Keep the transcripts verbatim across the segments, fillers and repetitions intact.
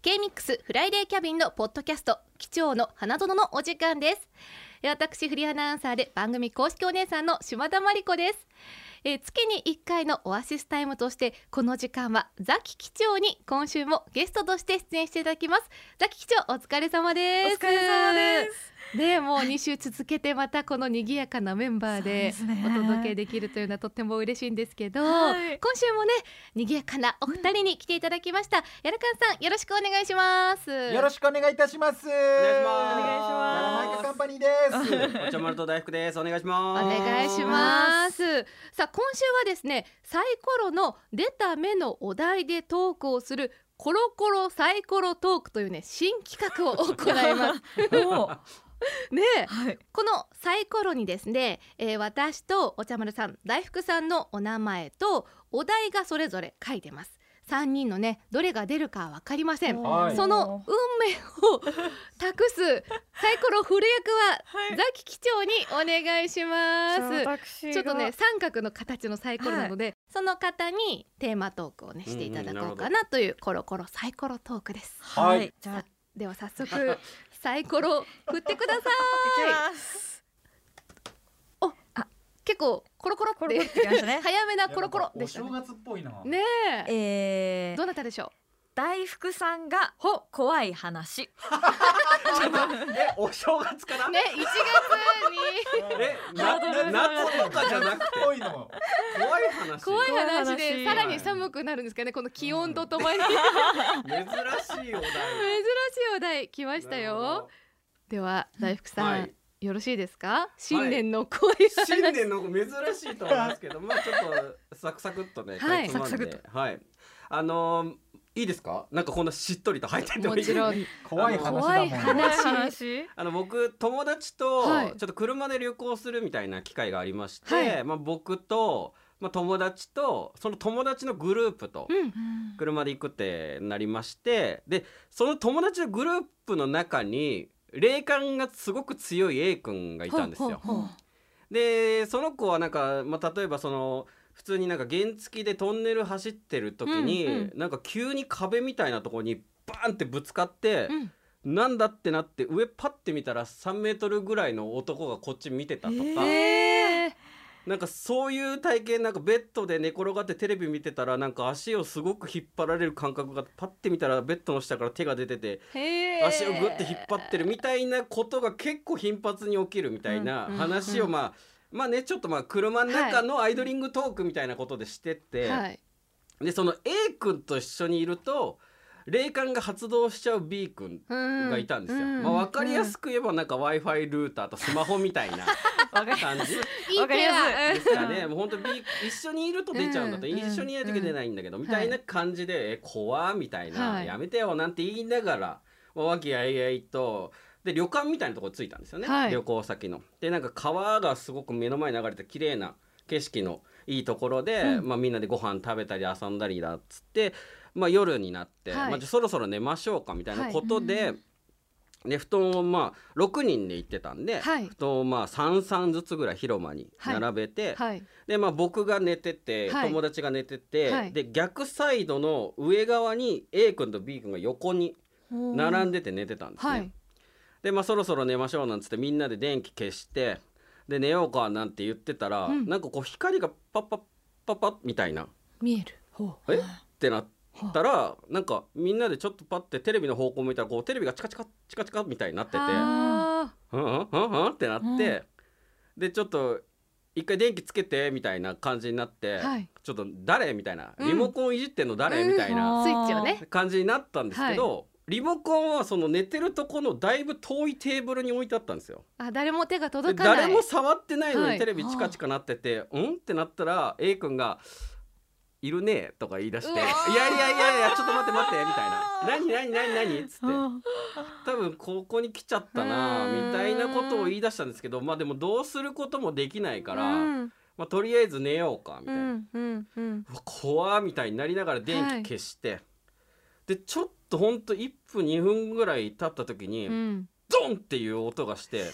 K-ミックス フライデーキャビンのポッドキャスト、機長の花園のお時間です。私フリーアナウンサーで番組公式お姉さんの島田真理子です。えー、月にいっかいのオアシスタイムとして、この時間はザキ機長に今週もゲストとして出演していただきます。ザキ機長、お疲れ様です。 お疲れ様です。 でもうに週続けてまたこの賑やかなメンバーでお届けできるというのはとっても嬉しいんですけど、はい、今週もね賑やかなお二人に来ていただきました。やらかんさん、よろしくお願いします。 よろしくお願いいたします。お願いします。お願いします。 やらマイカカンパニーです。 お茶丸と大福です。お願いします。 お願いします。さあ、今週はですね、サイコロの出た目のお題でトークをするコロコロサイコロトークというね、新企画を行いますねえ、はい、このサイコロにですね、えー、私とお茶丸さん、大福さんのお名前とお題がそれぞれ書いてます。さんにんのね、どれが出るかは分かりません。その運命を託すサイコロ振る役は、はい、ザキ機長にお願いします。ちょっとね、三角の形のサイコロなので、はい、その方にテーマトークをねしていただこうかなというコロコロサイコロトークです。 はい、じゃあでは早速サイコロ振ってください。いきます。 お、あ、結構コロコロって、コロコロってきましたね。早めなコロコロでしたね。 お正月っぽいな。 ねえ、 えー、 どなたでしょう。 大福さんが怖い話。 え、お正月からね、いちがつにえ、な、夏とかじゃなくて怖い話。 怖い話でさらに寒くなるんですかね、この気温とともに。珍しいお題。珍しいお題来ましたよ。では大福さん、はい、よろしいですか。新年の怖い話、 新年の珍しいと思いますけど、まあちょっとサクサクっとね、 はい、 サクサクっと、はい、あのー、いいですか。なんかこんなしっとりと入っててもいい。もちろん怖い話だもんね。 あの僕友達とちょっと車で旅行するみたいな機会がありまして、はい、まあ僕と、まあ、友達とその友達のグループと車で行くってなりまして、うん、でその友達のグループの中に霊感がすごく強い A 君がいたんですよ。ほうほうほう。でその子はなんか、まあ、例えばその普通になんか原付でトンネル走ってる時に、うんうん、なんか急に壁みたいなところにバーンってぶつかって、うん、なんだってなって上パッて見たらさんメートルぐらいの男がこっち見てたとか、えー、なんかそういう体験、なんかベッドで寝転がってテレビ見てたらなんか足をすごく引っ張られる感覚がパッて見たらベッドの下から手が出てて足をグッて引っ張ってるみたいなことが結構頻発に起きるみたいな話を、まあ、うんうんうん、まあね、ちょっとまあ車の中のアイドリングトークみたいなことでしてて、はい、でその A 君と一緒にいると霊感が発動しちゃう B 君がいたんですよ。まあ、分かりやすく言えばなんか Wi-Fi ルーターとスマホみたいな感じわかりやすいですかね。もう本当 B 一緒にいると出ちゃうんだと、一緒にいないと出ないんだけどみたいな感じで、え怖みたいな、はい、やめてよなんて言いながら和気あいあいとで旅館みたいなところに着いたんですよね、はい、旅行先の。でなんか川がすごく目の前に流れて綺麗な景色のいいところで、うん、まあ、みんなでご飯食べたり遊んだりだっつって、まあ、夜になって、はい、まあ、そろそろ寝ましょうかみたいなことで、はい、で布団をまあろくにんで行ってたんで、はい、布団をまあさんさんずつぐらい広間に並べて、はいはい、でまあ、僕が寝てて、はい、友達が寝てて、はい、で逆サイドの上側に A 君と B 君が横に並んでて寝てたんですね、はい、でまあ、そろそろ寝ましょうなんつってみんなで電気消してで寝ようかなんて言ってたら、うん、なんかこう光がパッパッパッパッみたいな見えるほうえってなったらなんかみんなでちょっとパッてテレビの方向向いたらこうテレビがチカチカチカチカみたいになっててうんうんうんうんってなって、うん、でちょっと一回電気つけてみたいな感じになって、はい、ちょっと誰みたいな、うん、リモコンいじってんの誰、うん、みたいなスイッチをね感じになったんですけど、はい、リモコンはその寝てるとこのだいぶ遠いテーブルに置いてあったんですよ。 あ、誰も手が届かない。 誰も触ってないのにテレビチカチカなってて、はい、うんってなったら A 君がいるねとか言い出して、いやいやいやいやちょっと待って待ってみたいな、何何何何っつって多分ここに来ちゃったなみたいなことを言い出したんですけど、まあでもどうすることもできないから、うん、まあ、とりあえず寝ようかみたいな、うんうんうん、怖みたいになりながら電気消して、はい、でちょっとほんといっぷんにふんぐらい経った時に、うん、ドンっていう音がしてん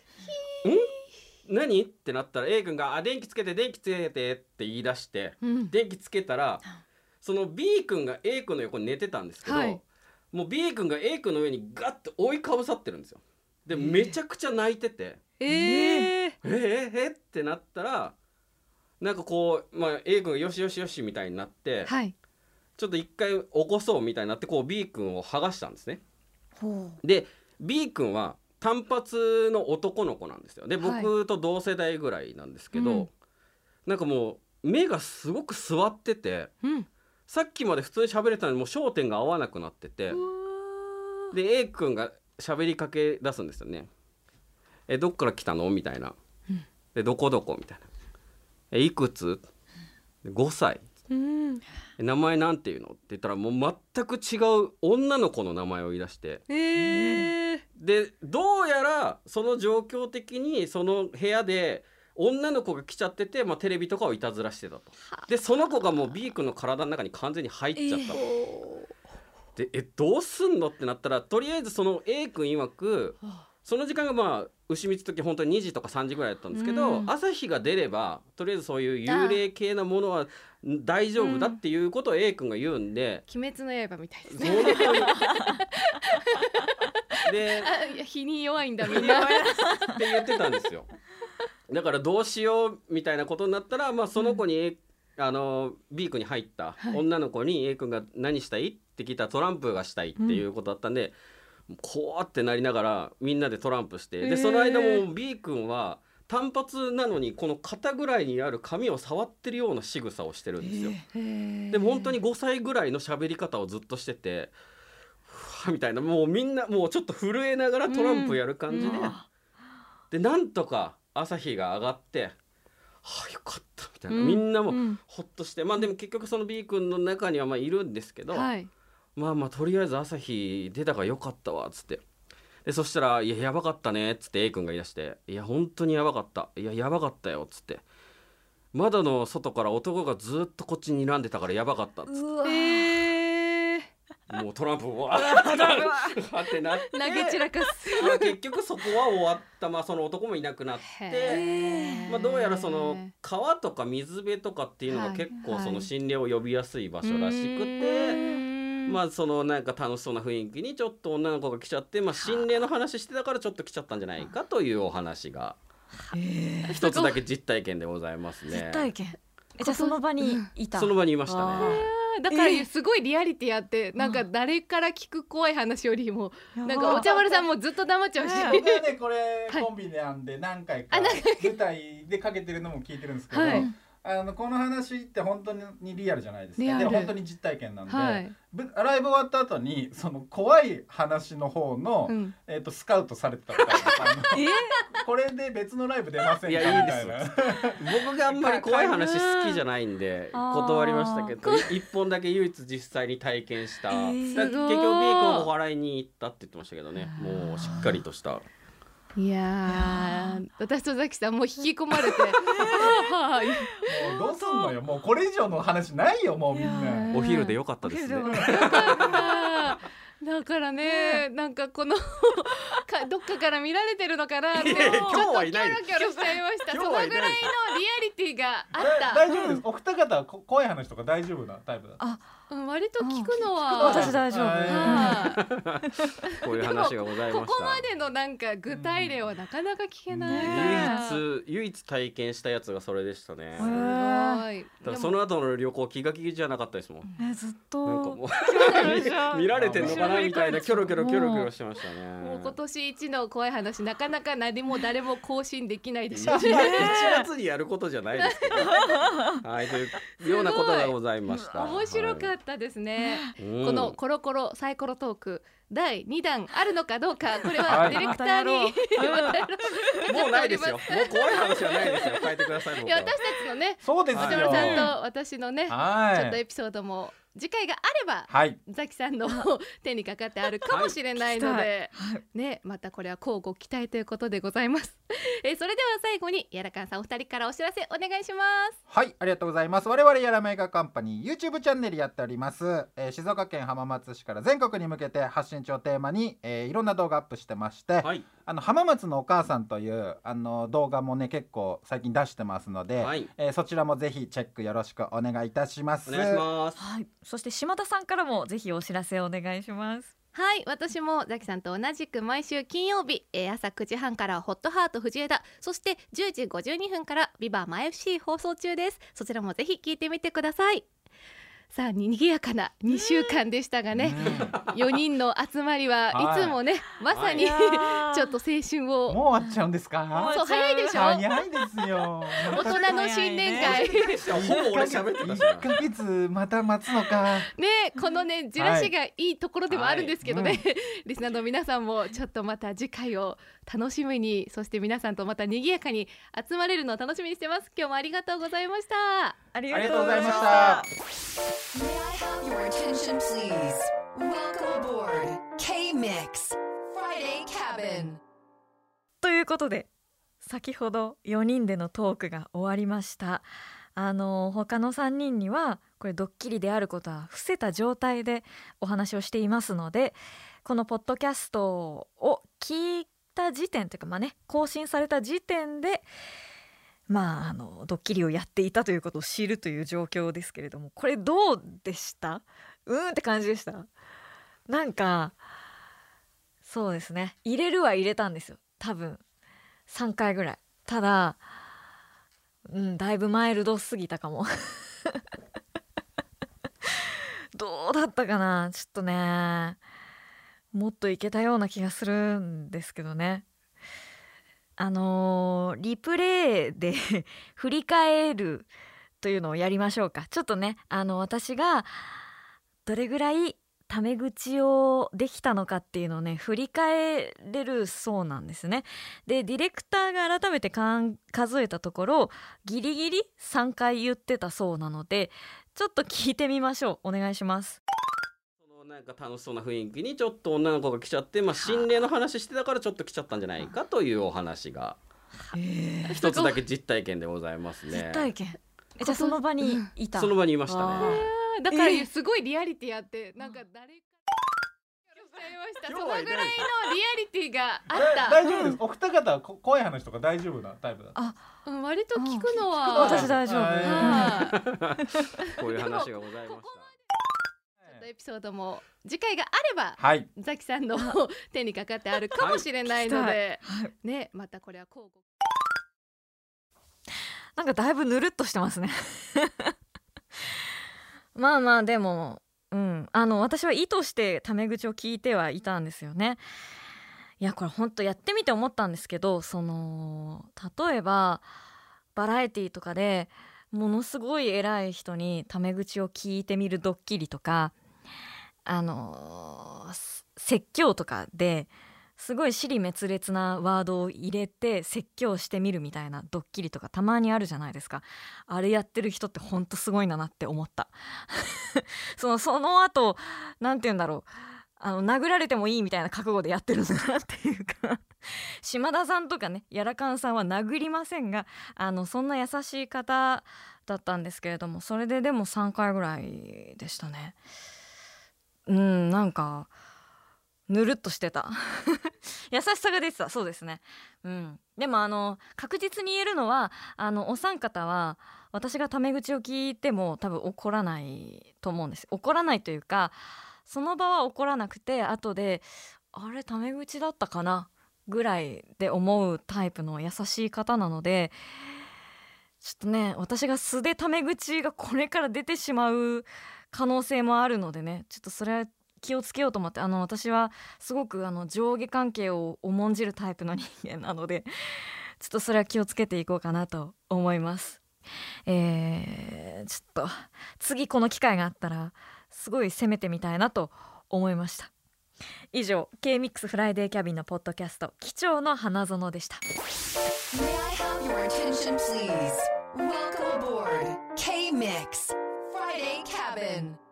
何ってなったら A 君があ電気つけて電気つけてって言い出して、うん、電気つけたらその B 君が A 君の横に寝てたんですけど、はい、 もう B 君が A 君の上にガッて覆いかぶさってるんですよ。でめちゃくちゃ泣いてて、 えー、えー、えー、えー、ってなったらなんかこう、まあ、A 君がよしよしよしみたいになって、はい、ちょっと一回起こそうみたいになってこう B 君を剥がしたんですね。で B 君は単発の男の子なんですよ。で僕と同世代ぐらいなんですけど、はい、なんかもう目がすごく座ってて、うん、さっきまで普通に喋れたのにもう焦点が合わなくなってて、で A 君が喋りかけ出すんですよね。えどっから来たのみたいな、うん、でどこどこみたいな、えいくつごさい、うん、名前なんていうのって言ったらもう全く違う女の子の名前を言い出して、えー、でどうやらその状況的にその部屋で女の子が来ちゃってて、まあ、テレビとかをいたずらしてたと。でその子がもう B 君の体の中に完全に入っちゃったと、えー、でえどうすんのってなったらとりあえずその A 君曰くその時間がまあ牛蜜時本当ににじとかさんじぐらいだったんですけど、うん、朝日が出ればとりあえずそういう幽霊系なものは大丈夫だっていうことを A 君が言うんで、 うん、鬼滅の刃みたいですね。であいや日に弱いんだみんなって言ってたんですよ。だからどうしようみたいなことになったら、まあ、その子に、うん、あの B 君に入った女の子に A 君が何したいって聞いたらトランプがしたいっていうことだったんで、うん、こうってなりながらみんなでトランプして、でその間も B 君は単発なのにこの肩ぐらいにある髪を触ってるような仕草をしてるんですよ。でも本当にごさいぐらいの喋り方をずっとしててふわみたいな、もうみんなもうちょっと震えながらトランプやる感じで、うん、でなんとか朝日が上がって、はあよかったみたいな、うん、みんなもほっとして、まあでも結局その B 君の中にはまあいるんですけど、はい、まあまあとりあえず朝日出たからよかったわっつって、でそしたらいややばかったねっつって A 君が言い出して、いや本当にやばかった、いややばかったよっつって、窓の外から男がずっとこっちに睨んでたからやばかったっつって、うわもうトランプわーってなって投げ散らかすまあ結局そこは終わった、まあ、その男もいなくなって、まあ、どうやらその川とか水辺とかっていうのが結構その心霊を呼びやすい場所らしくて、まあそのなんか楽しそうな雰囲気にちょっと女の子が来ちゃって、まあ、心霊の話してたからちょっと来ちゃったんじゃないかというお話が一つだけ実体験でございますね。 実体験じゃあその場にいた、 その場にいましたね。 だからすごいリアリティあって、なんか誰から聞く怖い話よりもなんかお茶丸さんもずっと黙っちゃうし、 僕はねこれコンビなんで何回か舞台でかけてるのも聞いてるんですけど、はい、あのこの話って本当にリアルじゃないですか。で本当に実体験なんで、はい、ライブ終わった後にその怖い話の方の、うん、えー、とスカウトされてたみたいなえこれで別のライブ出ませんかみたいな。いやいいです僕があんまり怖い話好きじゃないんで断りましたけど、一本だけ唯一実際に体験した、えー、結局 B 君を笑いに行ったって言ってましたけどね、もうしっかりとした。 いやー私とザキさんもう引き込まれてもうどうすんのよ、もうこれ以上の話ないよもうみんな。 お昼でよかったですね。 だからね、なんかこのかどっかから見られてるのかなってちょっとキョロキョロしちゃいました。そのぐらいのリアリティがあった。 大丈夫です。お二方は怖い話とか大丈夫なタイプだ。 あ、割と聞くのは私大丈夫。こういう話がございました。 ここまでのなんか具体例はなかなか聞けない。 唯一唯一体験したやつがそれでしたね。すごい。だからその後の旅行気が気じゃなかったですもん。 ね、ずっとなんかもう見られてんのかなみたいなキョロキョロキョロキョロしてましたね。 もう今年一の怖い話なかなか何も誰も更新できないでしょうね。 いちがつにやることじゃないですけどはいというようなことがございました。 面白かったですね、はい、このコロコロサイコロトークだいにだんあるのかどうか、これはディレクターに、はい、 もうないですよ。もう怖い話はないですよ。変えてください。 いや私たちのね、 そうですよ、 松村さんと私のね、はい、ちょっとエピソードも次回があれば、はい、ザキさんの手にかかってあるかもしれないので、はい、ね、またこれは乞うご期待ということでございますえー、それでは最後にやらかんさんお二人からお知らせお願いします。 はい、ありがとうございます。我々やらめがカンパニー YouTube チャンネルやっております、えー、静岡県浜松市から全国に向けて発信地をテーマに、えー、いろんな動画アップしてまして、はい、あの浜松のお母さんというあの動画もね結構最近出してますので、はい、えー、そちらもぜひチェックよろしくお願いいたします。 お願いします。 はい、そして島田さんからもぜひお知らせお願いします。 はい、私もザキさんと同じく毎週金曜日、えー、朝くじはんからホットハート藤枝、そしてじゅうじごじゅうにふんからビバマイエフシー放送中です。そちらもぜひ聞いてみてください。さあにぎやかなにしゅうかんでしたがね、よにんの集まりはいつもね、まさに、はい、ちょっと青春をもう終わっちゃうんですか。 そう早いでしょ。 早いですよ。 大人の新年会、ね、 ほぼ俺喋ってたしいっかげつまた待つのかね。このねじらしがいいところでもあるんですけどね、はいはい、うん、リスナーの皆さんもちょっとまた次回を楽しみに、そして皆さんとまた賑やかに集まれるのを楽しみにしてます。今日もありがとうございました。 ありがとうございました。May I have your attention, please? Welcome aboard K-Mix Friday Cabin。 ということで先ほどよにんでのトークが終わりました。あの他のさんにんにはこれドッキリであることは伏せた状態でお話をしていますので、このポッドキャストを聞いた時点というか、まあね、更新された時点でまあ、あのドッキリをやっていたということを知るという状況ですけれども、これどうでした？うーんって感じでした。なんかそうですね、入れるは入れたんですよ、多分さんかいぐらい。ただ、うん、だいぶマイルドすぎたかもどうだったかな、ちょっとね、もっといけたような気がするんですけどね。あのー、リプレイで振り返るというのをやりましょうか。ちょっとね、あの私がどれぐらいタメ口をできたのかっていうのをね振り返れるそうなんですね。でディレクターが改めてかん数えたところギリギリさんかい言ってたそうなので、ちょっと聞いてみましょう。お願いします。 なんか楽しそうな雰囲気にちょっと女の子が来ちゃって、まあ、心霊の話してたからちょっと来ちゃったんじゃないかというお話が一つだけ実体験でございますね。 実体験。え、じゃあその場にいた？ その場にいましたね。 だからすごいリアリティあって、なんか誰かしちゃいました。そのぐらいのリアリティがあった。 大丈夫です。お二方は怖い話とか大丈夫なタイプだ。 あ、うん、割と聞くのは私大丈夫。 こういう話がございました。 エピソードも次回があれば、 はい、 ザキさんの手にかかってあるかもしれないので、はい、ね、またこれは交互。 なんかだいぶぬるっとしてますねまあまあでも、うん、あの私は意図してタメ口を聞いてはいたんですよね。いやこれほんとやってみて思ったんですけど、その例えばバラエティとかでものすごい偉い人にタメ口を聞いてみるドッキリとか、あのー、説教とかですごい支離滅裂なワードを入れて説教してみるみたいなドッキリとかたまにあるじゃないですか。あれやってる人ってほんとすごいんだなって思ったそのその後なんて言うんだろう、あの殴られてもいいみたいな覚悟でやってるんだなっていうか島田さんとかね、やらかんさんは殴りませんが、あのそんな優しい方だったんですけれども、それででもさんかいぐらいでしたね。うん、なんかぬるっとしてた優しさが出てた。そうですね、うん、でもあの確実に言えるのは、あのお三方は私がタメ口を聞いても多分怒らないと思うんです。怒らないというか、その場は怒らなくて後であれタメ口だったかなぐらいで思うタイプの優しい方なので、ちょっとね、私が素でタメ口がこれから出てしまう可能性もあるのでね、ちょっとそれは気をつけようと思って、あの私はすごくあの上下関係を重んじるタイプの人間なので、ちょっとそれは気をつけていこうかなと思います。えー、ちょっと次この機会があったらすごい攻めてみたいなと思いました。以上 K-ミックス フライデーキャビンのポッドキャスト、機長の花園でした。 May I have your attention please? Welcome aboard K-ミックス Friday Cabin。